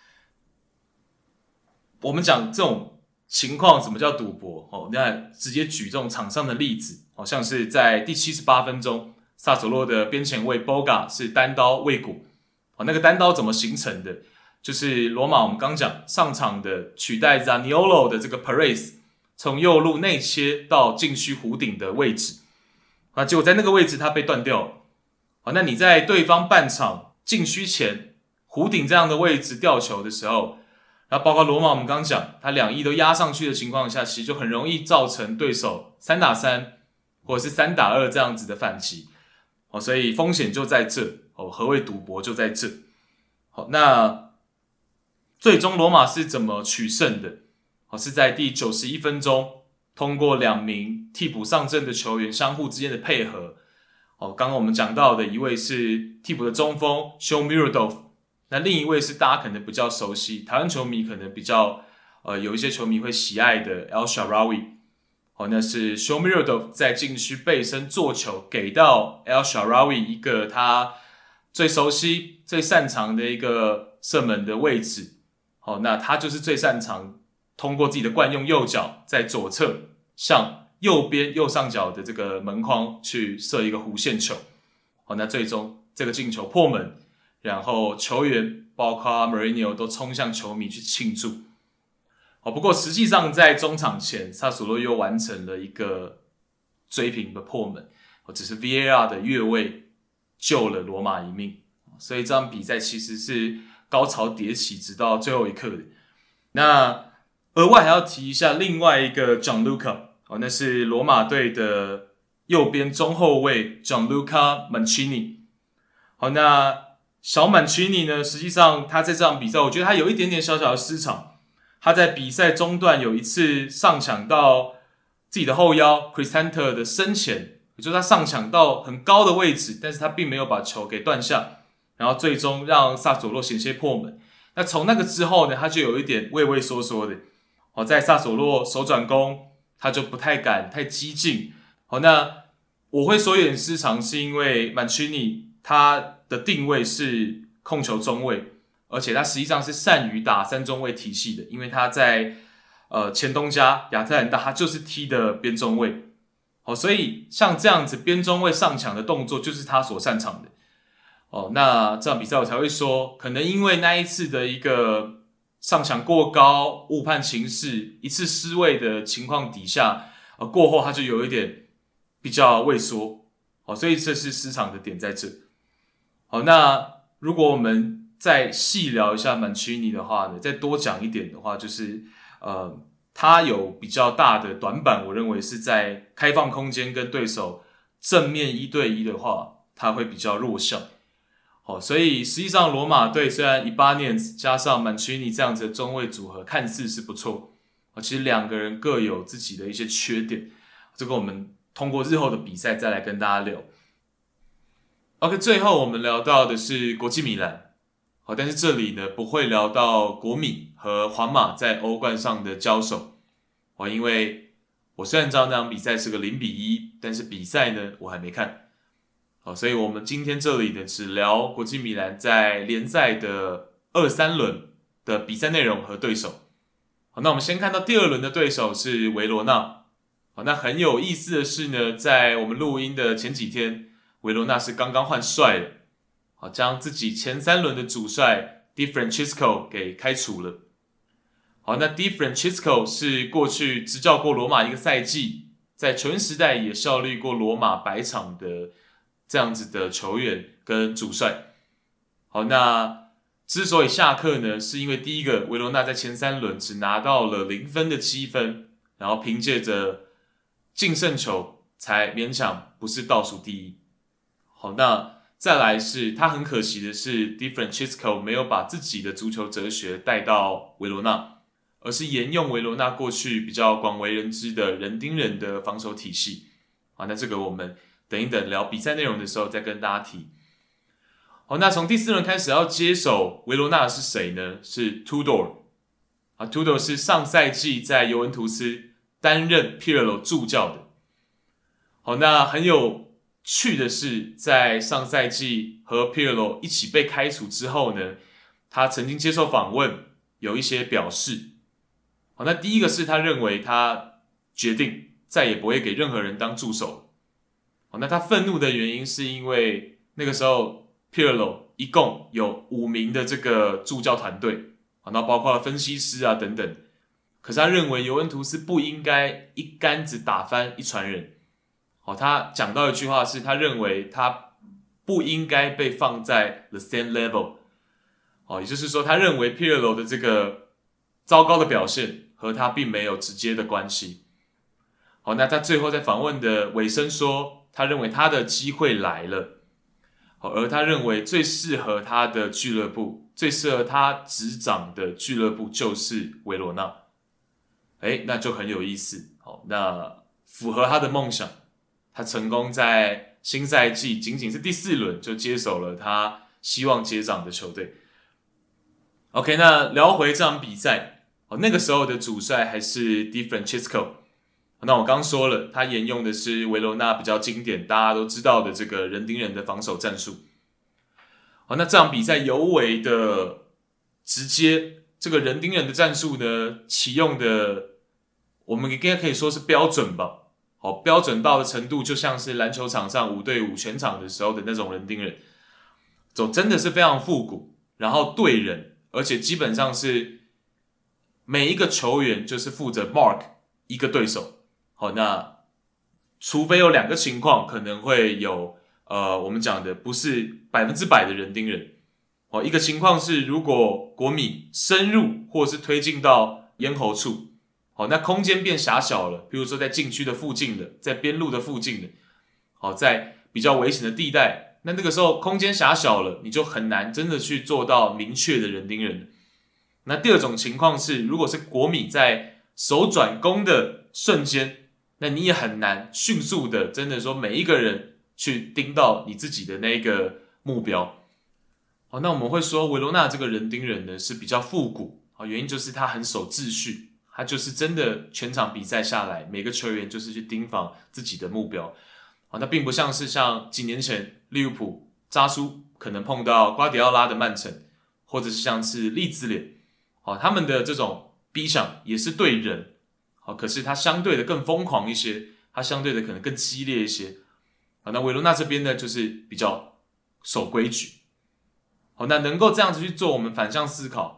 我们讲这种情况什么叫赌博？好，那直接举这种场上的例子，好像是在第78分钟，萨索洛的边前卫 Boga 是单刀未果。好，那个单刀怎么形成的？就是罗马我们刚讲上场的取代 Zaniolo 的这个 Perez 从右路内切到禁区弧顶的位置。啊，结果在那个位置他被断掉了。好，那你在对方半场禁区前弧顶这样的位置吊球的时候，然后包括罗马我们刚讲他2翼都压上去的情况下，其实就很容易造成对手3打3或者是3打2这样子的反击。好，所以风险就在这。何谓赌博就在这。好，那最终罗马是怎么取胜的？好，是在第91分钟通过2名替补上阵的球员相互之间的配合。好，刚刚我们讲到的一位是替补的中锋 Joe Muradov， 那另一位是大家可能比较熟悉，台湾球迷可能比较有一些球迷会喜爱的 El Shaarawy。 好，那是 Joe Muradov 在禁区背身做球给到 El Shaarawy 一个他最熟悉最擅长的一个射门的位置。好，那他就是最擅长通过自己的惯用右脚在左侧向右边右上角的这个门框去射一个弧线球。好，那最终这个进球破门，然后球员包括 Mourinho 都冲向球迷去庆祝。好，不过实际上在中场前萨索洛又完成了一个追平的破门，只是 VAR 的越位救了罗马一命。所以这场比赛其实是高潮迭起直到最后一刻的。那额外还要提一下另外一个 Gianluca， 那是罗马队的右边中后卫 Gianluca Mancini。 好，那小 Mancini 呢，实际上他在这场比赛我觉得他有一点点小小的失常。他在比赛中段有一次上抢到自己的后腰 Cristante 的身前，也就是他上抢到很高的位置，但是他并没有把球给断下，然后最终让萨索洛险些破门。那从那个之后呢，他就有一点畏畏缩缩的。好，在萨索洛手转攻，他就不太敢太激进。好，那我会说有点失常，是因为 Mancini 他的定位是控球中卫，而且他实际上是善于打3中卫体系的，因为他在前东家亚特兰大他就是踢的边中卫。好，所以像这样子边中卫上抢的动作就是他所擅长的。那这场比赛我才会说，可能因为那一次的一个上抢过高、误判情势、一次失位的情况底下，过后他就有一点比较畏缩，好，所以这是失常的点在这。好，那如果我们再细聊一下曼奇尼的话呢，再多讲一点的话，就是他有比较大的短板，我认为是在开放空间跟对手正面1对1的话，他会比较弱项。好，所以实际上罗马队虽然Ibanez加上曼奇尼这样子的中卫组合看似是不错，其实两个人各有自己的一些缺点，这个我们通过日后的比赛再来跟大家聊。OK， 最后我们聊到的是国际米兰，好，但是这里呢不会聊到国米和皇马在欧冠上的交手，因为我虽然知道那场比赛是个0-1，但是比赛呢我还没看。好，所以我们今天这里呢只聊国际米兰在联赛的2-3轮的比赛内容和对手。好，那我们先看到第2轮的对手是维罗纳。好，那很有意思的是呢，在我们录音的前几天，维罗纳是刚刚换帅了，好，将自己前3轮的主帅 Di Francesco 给开除了。好，那 Di Francesco 是过去执教过罗马1个赛季，在球员时代也效力过罗马100场的这样子的球员跟主帅。好，那之所以下课呢，是因为第一个维罗纳在前3轮只拿到了0分的积分，然后凭借着净胜球才勉强不是倒数第一。好，那再来是他很可惜的是 Di Francesco 没有把自己的足球哲学带到维罗纳，而是沿用维罗纳过去比较广为人知的人盯人的防守体系。好，那这个我们等一等聊比赛内容的时候再跟大家提。好，那从第4轮开始要接手维罗纳的是谁呢？是 Tudor。Tudor 是上赛季在尤文图斯担任 Pirlo 助教的。好，那很有趣的是，在上赛季和 Pirlo 一起被开除之后呢，他曾经接受访问，有一些表示。好，那第一个是他认为他决定再也不会给任何人当助手了。好，那他愤怒的原因是因为那个时候 Pirlo 一共有5名的这个助教团队，好，那包括分析师啊等等。可是他认为尤文图斯不应该一竿子打翻一船人。好，他讲到一句话是，他认为他不应该被放在 the same level。好，也就是说，他认为 Pirlo 的这个糟糕的表现和他并没有直接的关系。好，那他最后在访问的尾声说，他认为他的机会来了。好，而他认为最适合他的俱乐部，最适合他执掌的俱乐部就是维罗纳。那就很有意思。好，那符合他的梦想，他成功在新赛季仅仅是第4轮就接手了他希望接掌的球队。OK， 那聊回这场比赛，那个时候的主帅还是 Di Francesco。那我刚说了，他沿用的是维罗纳比较经典大家都知道的这个人盯人的防守战术。好，那这场比赛尤为的直接，这个人盯人的战术呢，启用的我们应该可以说是标准吧。好，标准到的程度就像是篮球场上5对5全场的时候的那种人盯人，真的是非常复古，然后对人，而且基本上是每一个球员就是负责 mark 一个对手。好，那除非有2个情况可能会有我们讲的不是100%的人盯人。一个情况是如果国米深入或是推进到咽喉处，好，那空间变狭小了，比如说在禁区的附近的，在边路的附近的，好，在比较危险的地带，那个时候空间狭小了，你就很难真的去做到明确的人盯人。那第2种情况是，如果是国米在手转攻的瞬间，那你也很难迅速的真的说每一个人去盯到你自己的那个目标。好，那我们会说维罗纳这个人盯人呢是比较复古，原因就是他很守秩序，他就是真的全场比赛下来，每个球员就是去盯防自己的目标。好，那并不像几年前利物浦扎苏可能碰到瓜迪奥拉的曼城，或者是像是利兹联，好，他们的这种逼抢也是对人，好，可是他相对的更疯狂一些，他相对的可能更激烈一些。好，那维罗纳这边呢就是比较守规矩。好，那能够这样子去做，我们反向思考，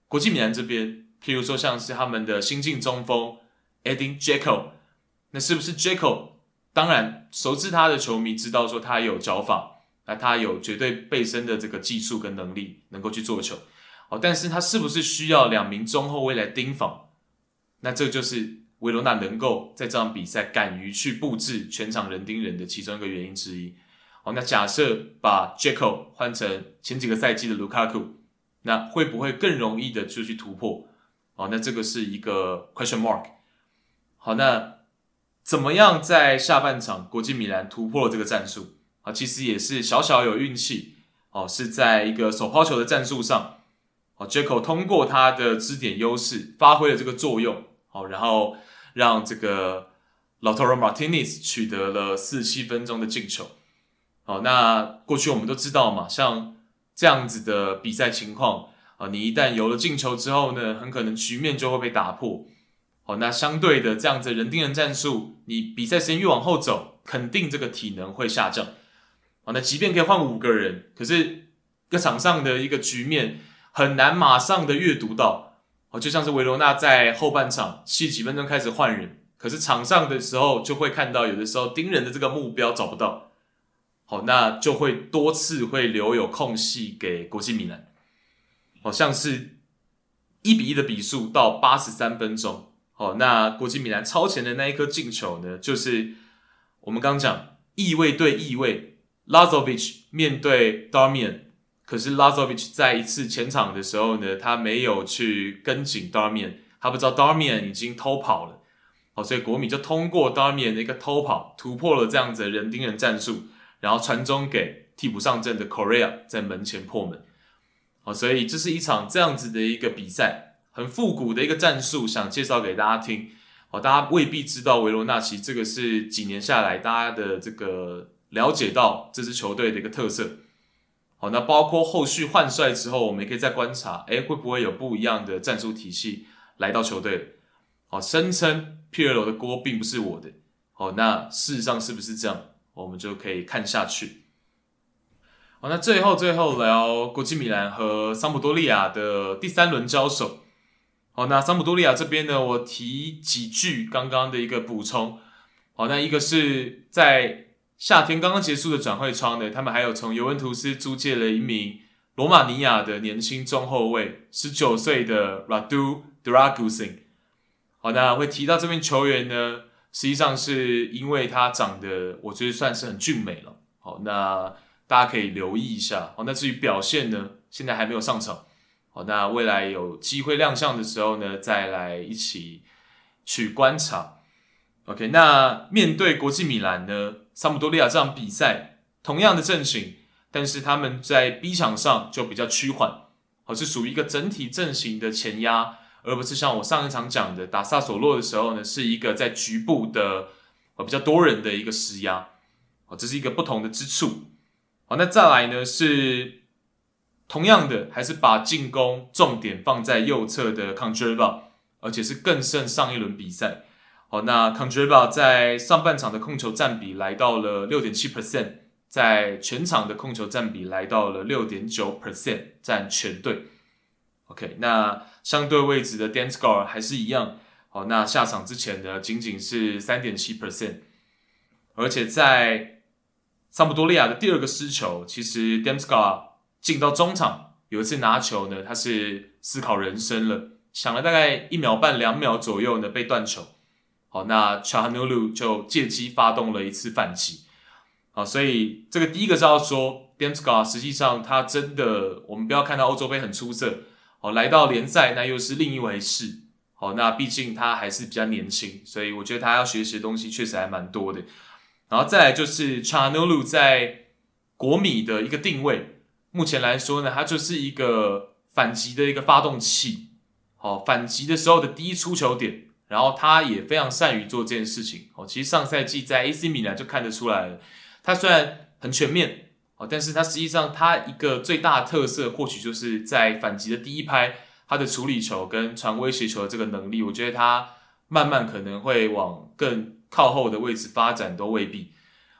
国际米兰这边，譬如说像是他们的新晋中锋 Edin Dzeko， 那是不是 Dzeko？ 当然，熟知他的球迷知道说他有脚法，那他有绝对背身的这个技术跟能力，能够去做球。但是他是不是需要2名中后卫来盯防？那这就是维罗纳能够在这场比赛敢于去布置全场人盯人的其中一个原因之一。那假设把 Dzeko 换成前几个赛季的卢卡库，那会不会更容易的就去突破？那这个是一个 question mark。好，那怎么样在下半场国际米兰突破了这个战术？其实也是小小有运气，是在一个手抛球的战术上，Dzeko 通过他的支点优势发挥了这个作用，然后让这个 Lautaro Martinez 取得了47分钟的进球。那过去我们都知道嘛，像这样子的比赛情况，你一旦有了进球之后呢，很可能局面就会被打破。那相对的这样子的人盯人战术，你比赛时间越往后走，肯定这个体能会下降。那即便可以换5个人，可是个场上的一个局面很难马上的阅读到。就像是维罗纳在后半场70几分钟开始换人，可是场上的时候就会看到有的时候盯人的这个目标找不到。那就会多次会留有空隙给国际米兰。像是1-1的比数到83分钟。那国际米兰超前的那一颗进球呢，就是我们刚讲翼位对翼位 Lazovic 面对 Darmian， 可是 Lazovic 在一次前场的时候呢，他没有去跟紧 Darmian， 他不知道 Darmian 已经偷跑了。所以国米就通过 Darmian 的一个偷跑突破了这样子的人盯人战术，然后传中给替补上阵的 Correa 在门前破门。所以这是一场这样子的一个比赛，很复古的一个战术，想介绍给大家听。大家未必知道维罗纳其实这个是几年下来大家的这个了解到这支球队的一个特色。那包括后续换帅之后，我们也可以再观察，会不会有不一样的战术体系来到球队。声称皮尔洛的锅并不是我的。那事实上是不是这样，我们就可以看下去。那最后聊国际米兰和桑普多利亚的第3轮交手。那桑普多利亚这边呢，我提几句刚刚的一个补充。那一个是在夏天刚刚结束的转会窗呢，他们还有从尤文图斯租借了一名罗马尼亚的年轻中后卫，19岁的 Radu Dragusin。那会提到这名球员呢，实际上是因为他长得我觉得算是很俊美了。那大家可以留意一下。那至于表现呢，现在还没有上场。那未来有机会亮相的时候呢，再来一起去观察。OK， 那面对国际米兰呢，桑普多利亚这场比赛同样的阵型，但是他们在 B 场上就比较趋缓，是属于一个整体阵型的前压，而不是像我上一场讲的打萨索洛的时候呢，是一个在局部的比较多人的一个施压。这是一个不同的之处。那再来呢，是同样的还是把进攻重点放在右侧的 Candreva， 而且是更胜上一轮比赛。那 Candreva 在上半场的控球占比来到了 6.7%， 在全场的控球占比来到了 6.9%， 占全队。OK， 那相对位置的 Damsgaard 还是一样。那下场之前呢，仅仅是 3.7%， 而且在桑普多利亚的第2个失球，其实 Damsgaard 进到中场，有一次拿球呢，他是思考人生了，想了大概1秒半2秒左右呢，被断球。那 Çalhanoğlu 就借机发动了一次反击。所以这个第一个是要说 Damsgaard 实际上他真的，我们不要看到欧洲杯很出色，来到联赛那又是另一回事。那毕竟他还是比较年轻，所以我觉得他要学习的东西确实还蛮多的。然后再来就是 Çalhanoğlu 在国米的一个定位，目前来说呢，他就是一个反击的一个发动器。反击的时候的第一出球点，然后他也非常善于做这件事情。其实上赛季在 AC 米兰就看得出来了，他虽然很全面，但是他实际上他一个最大的特色，或许就是在反击的第一拍，他的处理球跟传威胁球的这个能力，我觉得他慢慢可能会往更靠后的位置发展都未必。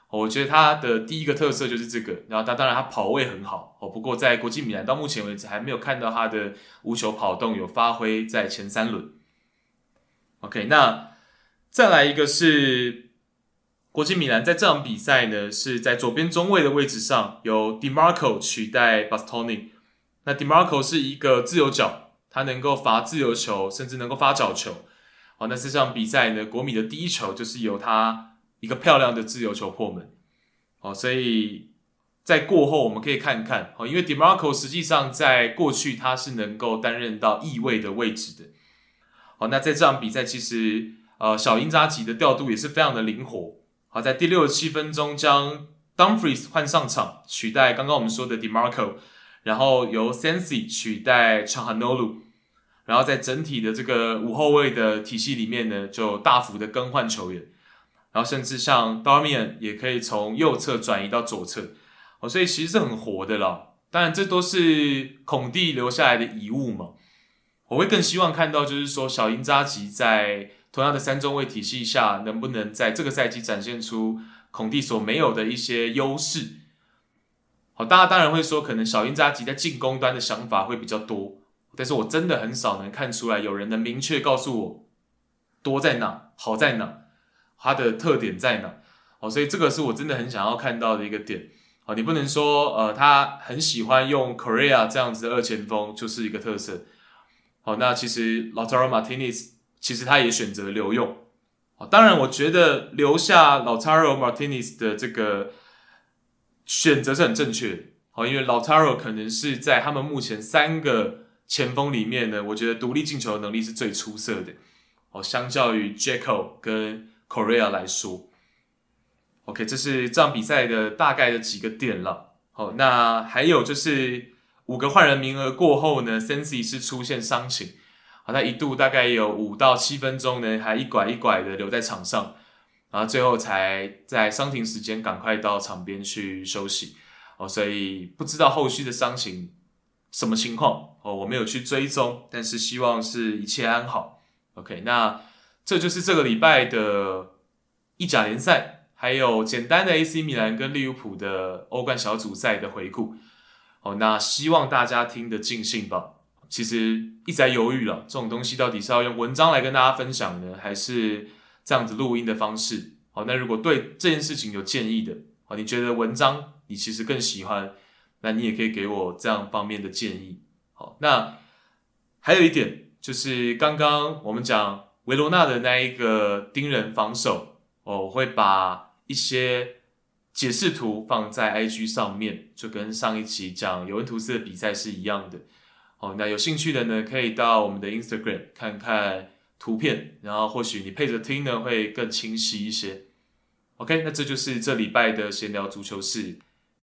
我觉得他的第一个特色就是这个，然后当然他跑位很好，不过在国际米兰到目前为止还没有看到他的无球跑动有发挥在前3轮。OK， 那再来一个是国际米兰在这场比赛呢是在左边中卫的位置上由 Dimarco 取代 Bastoni。那 Dimarco 是一个自由角，他能够罚自由球，甚至能够发角球。那这场比赛呢，国米的第一球就是由他一个漂亮的自由球破门。所以在过后我们可以看看，因为 Dimarco 实际上在过去他是能够担任到翼位的位置的。那在这场比赛其实小因扎吉的调度也是非常的灵活。在第67分钟将 Dumfries 换上场，取代刚刚我们说的 Dimarco， 然后由 Sensi 取代 Calhanoglu， 然后在整体的这个5后卫的体系里面呢，就大幅的更换球员，然后甚至像 Darmian 也可以从右侧转移到左侧，所以其实是很活的啦。当然这都是孔蒂留下来的遗物嘛。我会更希望看到就是说小因扎吉在同样的3中卫体系下，能不能在这个赛季展现出孔蒂所没有的一些优势。大家当然会说可能小因扎吉在进攻端的想法会比较多，但是我真的很少能看出来有人能明确告诉我多在哪，好在哪，他的特点在哪。所以这个是我真的很想要看到的一个点。你不能说他很喜欢用 Correa 这样子的二前锋就是一个特色。那其实 Lautaro Martinez 其实他也选择留用。当然我觉得留下 Lautaro Martinez 的这个选择是很正确的。因为 Lautaro 可能是在他们目前3个前锋里面呢，我觉得独立进球的能力是最出色的。相较于 Dzeko 跟 Correa 来说。OK， 这是这场比赛的大概的几个点了。那还有就是5个换人名额过后呢 Sensi 是出现伤情，他一度大概有5到7分钟呢还一拐一拐的留在场上，然后最后才在伤停时间赶快到场边去休息。所以不知道后续的伤情什么情况，我没有去追踪，但是希望是一切安好。OK， 那这就是这个礼拜的意甲联赛，还有简单的 AC 米兰跟利物浦的欧冠小组赛的回顾。那希望大家听得尽兴吧。其实一直在犹豫了，这种东西到底是要用文章来跟大家分享呢，还是这样子录音的方式。那如果对这件事情有建议的，你觉得文章你其实更喜欢，那你也可以给我这样方面的建议。那还有一点就是刚刚我们讲维罗纳的那一个盯人防守，我会把一些解释图放在 IG 上面，就跟上一期讲尤文图斯的比赛是一样的。那有兴趣的呢，可以到我们的 Instagram 看看图片，然后或许你配着听呢会更清晰一些。OK， 那这就是这礼拜的闲聊足球室。